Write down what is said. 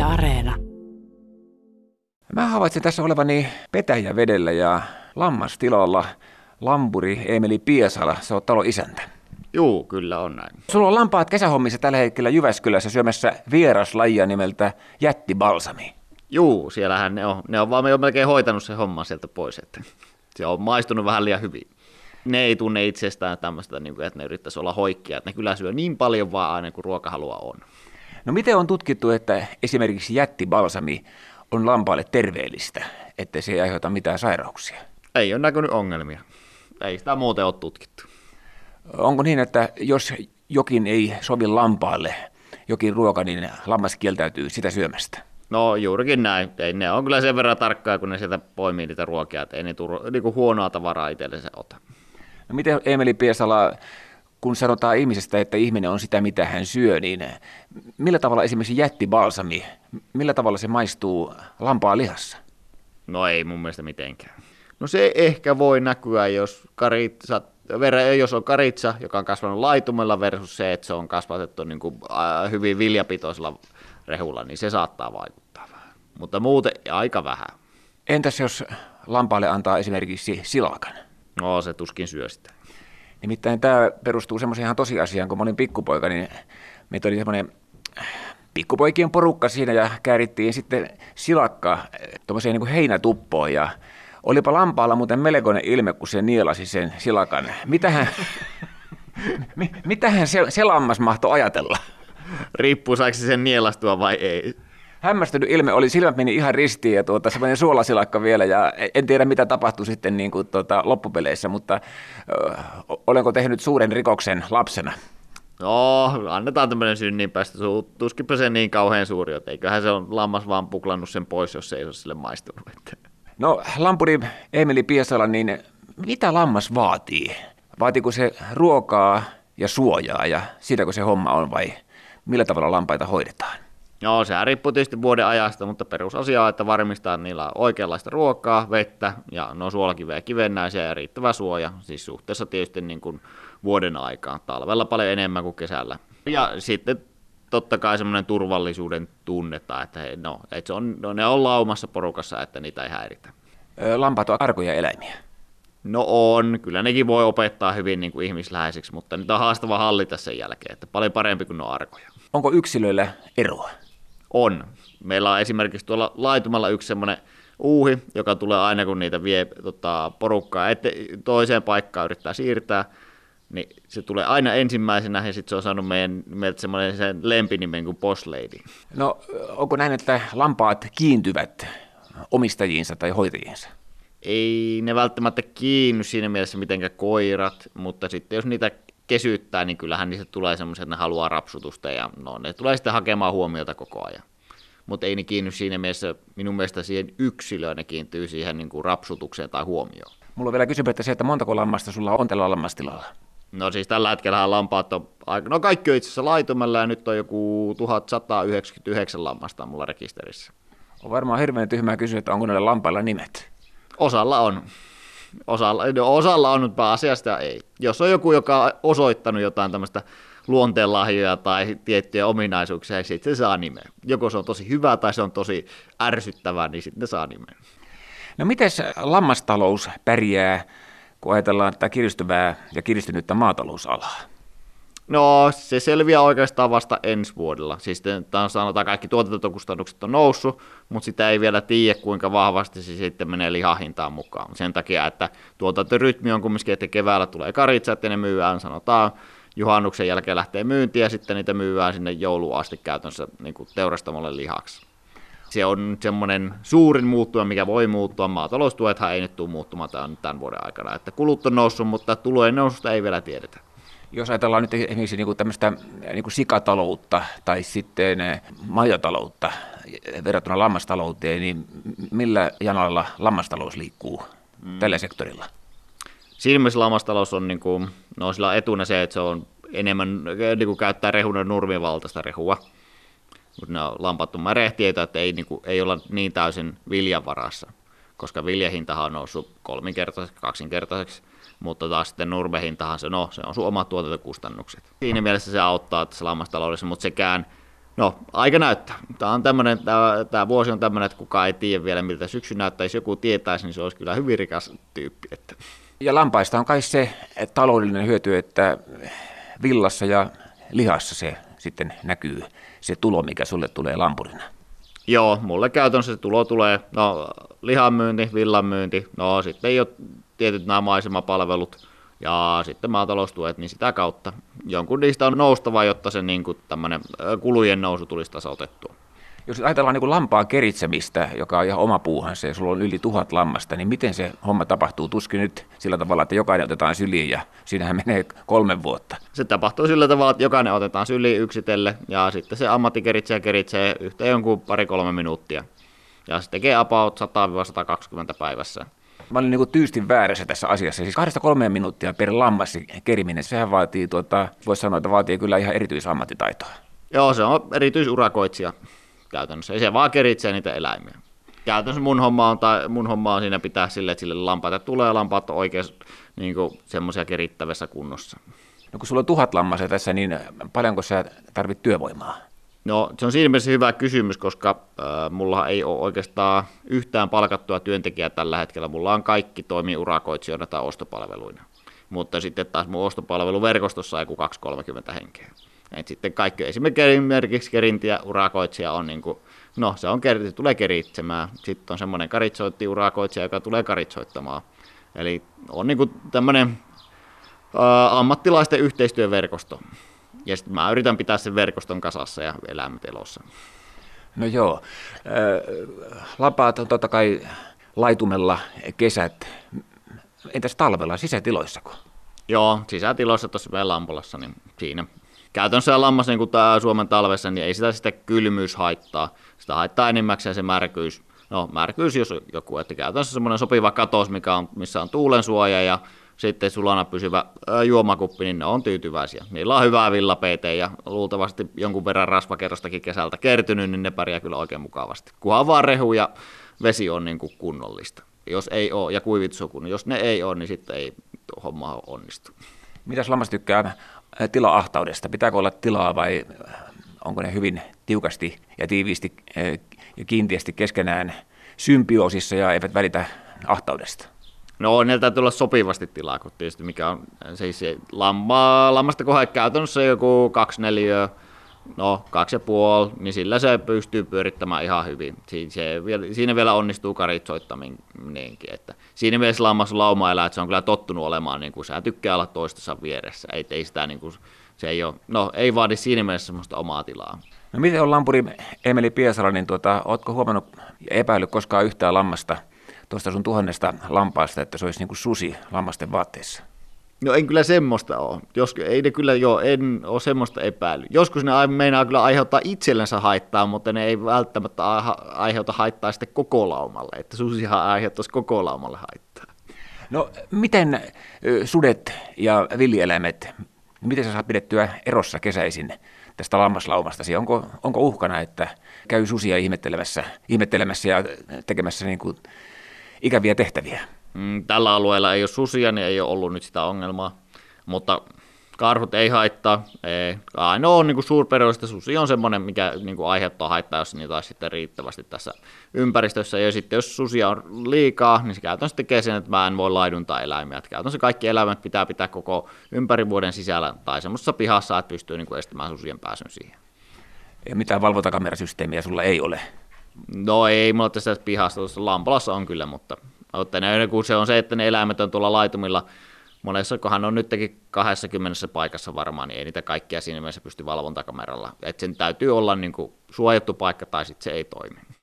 Yle Areena. Mä havaitsin tässä olevani petäjävedellä ja lammastilalla lampuri Eemeli Piesala, se on talon isäntä. Juu, kyllä on näin. Sulla on lampaat kesähommissa tällä hetkellä Jyväskylässä syömässä vieraslajia nimeltä jättibalsami. Juu, siellähän ne on vaan jo melkein hoitanut se homma sieltä pois, että se on maistunut vähän liian hyvin. Ne ei tunne itsestään tämmöistä, että ne yrittäisi olla hoikkia, että ne kyllä syö niin paljon vaan aina kuin ruokahalua on. No miten on tutkittu, että esimerkiksi jättibalsami on lampaalle terveellistä, että se ei aiheuta mitään sairauksia? Ei ole näkynyt ongelmia. Ei sitä muuten ole tutkittu. Onko niin, että jos jokin ei sovi lampaalle, jokin ruoka, niin lammas kieltäytyy sitä syömästä? No juurikin näin. Ei, ne on kyllä sen verran tarkkaa, kun ne sieltä poimii niitä ruokia, että ei ne niinku huonoa tavaraa itsellensä ota. No miten Eemeli Piesala, kun sanotaan ihmisestä, että ihminen on sitä, mitä hän syö, niin millä tavalla esimerkiksi jättibalsami, millä tavalla se maistuu lampaan lihassa? No ei mun mielestä mitenkään. No se ehkä voi näkyä, jos on karitsa, joka on kasvanut laitumella versus se, että se on kasvatettu niin kuin, hyvin viljapitoisella rehulla, niin se saattaa vaikuttaa vähän. Mutta muuten aika vähän. Entäs jos lampaalle antaa esimerkiksi silakan? No se tuskin syö sitä. Nimittäin tämä perustuu semmoiseen ihan tosiasiaan, kun mä olin pikkupoika, niin meitä oli semmoinen pikkupoikien porukka siinä ja käärittiin sitten silakka tuommoiseen niin kuin heinätuppoon ja olipa lampaalla muuten melkoinen ilme, kun se nielasi sen silakan. Mitähän se lammas mahtoi ajatella? Riippuu saako se sen nielastua vai ei. Hämmästynyt ilme oli, silmät meni ihan ristiin ja semmoinen suolasilakka vielä ja en tiedä mitä tapahtui sitten niin kuin, loppupeleissä, mutta olenko tehnyt suuren rikoksen lapsena? No, annetaan tämmöinen synninpäästö, tuskinpä se niin kauhean suuri, että eiköhän se on lammas vaan puklannut sen pois, jos se ei ole sille maistunut. No, lampuri Eemeli Piesala, niin mitä lammas vaatii? Vaatiiko se ruokaa ja suojaa ja siitäkö se homma on vai millä tavalla lampaita hoidetaan? No, sehän riippuu tietysti vuoden ajasta, mutta perusasia on, että varmistaa, että niillä on oikeanlaista ruokaa, vettä ja suolakiveä ja kivennäisiä ja riittävä suoja, siis suhteessa tietysti niin kuin vuoden aikaan, talvella paljon enemmän kuin kesällä. Ja sitten totta kai semmoinen turvallisuuden tunnetta, että ne on laumassa porukassa, että niitä ei häiritä. Lampaat on arkoja eläimiä. No on, kyllä nekin voi opettaa hyvin niin kuin ihmisläheisiksi, mutta niitä on haastava hallita sen jälkeen, että paljon parempi kuin ne on arkoja. Onko yksilöillä eroa? On. Meillä on esimerkiksi tuolla laitumalla yksi semmoinen uuhi, joka tulee aina kun niitä vie porukkaa toiseen paikkaan yrittää siirtää, niin se tulee aina ensimmäisenä ja sitten se on saanut meiltä semmoinen sen lempinimen kuin Boss Lady. No onko näin, että lampaat kiintyvät omistajiinsa tai hoitajiinsa? Ei ne välttämättä kiinny siinä mielessä mitenkään koirat, mutta sitten jos niitä kesyttää, niin kyllähän niistä tulee semmoiset, että ne haluaa rapsutusta ja ne tulee sitten hakemaan huomiota koko ajan. Mutta ei ne kiinny siinä mielessä, minun mielestä siihen yksilöön, ne kiintyy siihen niin kuin rapsutukseen tai huomioon. Mulla on vielä kysymättä se, että montako lammasta sulla on tällä lammastilalla? No siis tällä hetkellä lampaat on, kaikki on itse asiassa laitumella ja nyt on joku 1199 lammasta mulla rekisterissä. On varmaan hirveän tyhmää kysyä, että onko näillä lampailla nimet? Osalla on. Osalla on, mutta pääasiasta ei. Jos on joku, joka on osoittanut jotain tämmöistä luonteenlahjoja tai tiettyjä ominaisuuksia, niin sitten se saa nimen. Joko se on tosi hyvä tai se on tosi ärsyttävää, niin sitten ne saa nimen. No miten lammastalous pärjää, kun ajatellaan tätä kiristyvää ja kiristynyttä maatalousalaa? No se selviää oikeastaan vasta ensi vuodella. Siis sanotaan kaikki tuotantokustannukset on noussut, mutta sitä ei vielä tiedä, kuinka vahvasti se sitten menee lihahintaan mukaan. Sen takia, että tuotantorytmi on kumminkin, että keväällä tulee karitsat ja ne myydään, sanotaan juhannuksen jälkeen lähtee myyntiin ja sitten niitä myydään sinne jouluun asti käytännössä niin kuin teurastamolle lihaksi. Se on semmoinen suurin muuttuma, mikä voi muuttua. Maataloustuethan ei nyt tule muuttumaan tämän vuoden aikana. Että kulut on noussut, mutta tulojen noususta ei vielä tiedetä. Jos ajatellaan nyt esimerkiksi tämmöistä sikataloutta tai sitten maidotaloutta verrattuna lammastalouteen, niin millä janalla lammastalous liikkuu tällä sektorilla? Siinä mielessä lammastalous on, sillä on etuna se, että se on enemmän käyttää rehuna nurmivaltaista rehua. Mutta ne on lampaat on märehtiöitä, että ei olla niin täysin viljan varassa, koska viljahintahan on noussut 3-kertaiseksi, 2-kertaiseksi. Mutta taas sitten nurmehintahan se on sun omat tuotantokustannukset. Siinä mielessä se auttaa tässä lammastaloudessa, mutta sekään No, aika näyttää. Tämä vuosi on tämmöinen, että kukaan ei tiedä vielä, miltä syksy näyttää. Jos joku tietäisi, niin se olisi kyllä hyvin rikas tyyppi. Että. Ja lampaista on kai se taloudellinen hyöty, että villassa ja lihassa se sitten näkyy se tulo, mikä sulle tulee lampurina. Joo, mulle käytännössä se tulo tulee, no lihanmyynti, villanmyynti, no sitten ei ole tietyt nämä maisemapalvelut ja sitten maataloustuet, niin sitä kautta jonkun niistä on noustava, jotta se niin kuin tämmöinen kulujen nousu tulisi tasoitettua. Jos ajatellaan niin kuin lampaan keritsemistä, joka on ihan oma puuhansa ja sulla on yli 1000 lammasta, niin miten se homma tapahtuu? Tuskin nyt sillä tavalla, että jokainen otetaan syliin ja siinähän menee 3 vuotta. Se tapahtuu sillä tavalla, että jokainen otetaan syliin yksitellen ja sitten se ammattikeritsejä keritsee yhteen jonkun 2-3 minuuttia. Ja se tekee about 100-120 päivässä. Mä olin niin kuin tyystin väärässä tässä asiassa. Siis 2-3 minuuttia per lammas keriminen, sehän vaatii, voisi sanoa, että vaatii kyllä ihan erityisammattitaitoa. Joo, se on erityisurakoitsija käytännössä. Ei se vaan keritsee niitä eläimiä. Käytännössä mun homma on siinä pitää silleen, että sille lampaita tulee, lampaat on oikein niin semmoisia kerittävässä kunnossa. No kun sulla on 1000 lammasta tässä, niin paljonko sä tarvit työvoimaa? No se on siinä mielessä hyvä kysymys, koska mulla ei ole oikeastaan yhtään palkattua työntekijää tällä hetkellä. Mulla on kaikki toimii urakoitsijoina tai ostopalveluina. Mutta sitten taas mun ostopalveluverkostossa on joku 230 henkeä. Et sitten kaikki esimerkiksi kerintiä urakoitsija on niin kuin, no se tulee keritsemään. Sitten on semmoinen karitsointi-urakoitsija, joka tulee karitsoittamaan. Eli on niin kuin tämmöinen ammattilaisten yhteistyöverkosto. Ja sitten mä yritän pitää sen verkoston kasassa ja eläimet elossa. No joo. Lampaat on totta kai laitumella kesät. Entäs talvella sisätiloissako? Joo, sisätiloissa tuossa vielä Lampolassa, niin siinä. Käytännössä lammas niin kuin tää Suomen talvessa, niin ei sitä kylmyys haittaa. Sitä haittaa enimmäkseen se märkyys. No märkyys jos joku, että käytännössä semmoinen sopiva katos, missä on tuulensuoja ja sitten sulana pysyvä juomakuppi, niin ne on tyytyväisiä. Niillä on hyvää villapeite ja luultavasti jonkun verran rasvakerrostakin kesältä kertynyt, niin ne pärjää kyllä oikein mukavasti. Kunhan vaan rehu ja vesi on niin kuin kunnollista. Jos ei ole, ja kuivitus on kunnollista. Jos ne ei ole, niin sitten ei homma onnistu. Mitäs lammas tykkää tila-ahtaudesta? Pitääkö olla tilaa vai onko ne hyvin tiukasti ja tiiviisti ja kiinteästi keskenään symbioosissa ja eivät välitä ahtaudesta? No, niillä täytyy olla sopivasti tilaa, kun tietysti mikä on siis se lammasta kohde käytännössä joku 2 neliöä, no 2,5, niin sillä se pystyy pyörittämään ihan hyvin. Siinä vielä onnistuu karitsoittaminenkin, että siinä mielessä lammas on lauma-elä, että se on kyllä tottunut olemaan, niin kuin sä tykkää olla toistensa vieressä, ei sitä niin kuin, se ei ole, no ei vaadi siinä mielessä semmoista omaa tilaa. No miten on lampuri Emeli Piesala, niin ootko huomannut ja epäillyt koskaan yhtään lammasta tuosta sun 1000 lampaasta, että se olisi niin kuin susi lammasten vaatteissa? No en kyllä semmoista ole. En ole semmoista epäily. Joskus ne meinaa kyllä aiheuttaa itsellensä haittaa, mutta ne ei välttämättä aiheuta haittaa sitten koko laumalle, että susihan aiheuttaisi koko laumalle haittaa. No miten sudet ja villieläimet, miten sä saat pidettyä erossa kesäisin tästä lammaslaumastasi? Onko uhkana, että käy susia ihmettelemässä ja tekemässä niin kuin ikäviä tehtäviä? Tällä alueella ei ole susia, niin ei ole ollut nyt sitä ongelmaa, mutta karhut ei haittaa. Ainoa on niin suurpedoista susi on semmoinen, mikä niin kuin aiheuttaa haittaa, jos niitä olisi sitten riittävästi tässä ympäristössä. Ja sitten jos susia on liikaa, niin se käytännössä tekee sen, että mä en voi laiduntaa eläimiä. Että käytännössä kaikki eläimet pitää koko ympärivuoden sisällä tai semmoisessa pihassa, että pystyy niin kuin estämään susien pääsyn siihen. Ja mitään valvontakamerasysteemiä sulla ei ole? No ei mulla tässä pihassa, tuossa Lampalassa on kyllä, mutta kun se on se, että ne eläimet on tuolla laitumilla, monessakohan on nytkin 20 paikassa varmaan, niin ei niitä kaikkia siinä mielessä pysty valvontakameralla. Että sen täytyy olla niin kuin suojattu paikka tai sitten se ei toimi.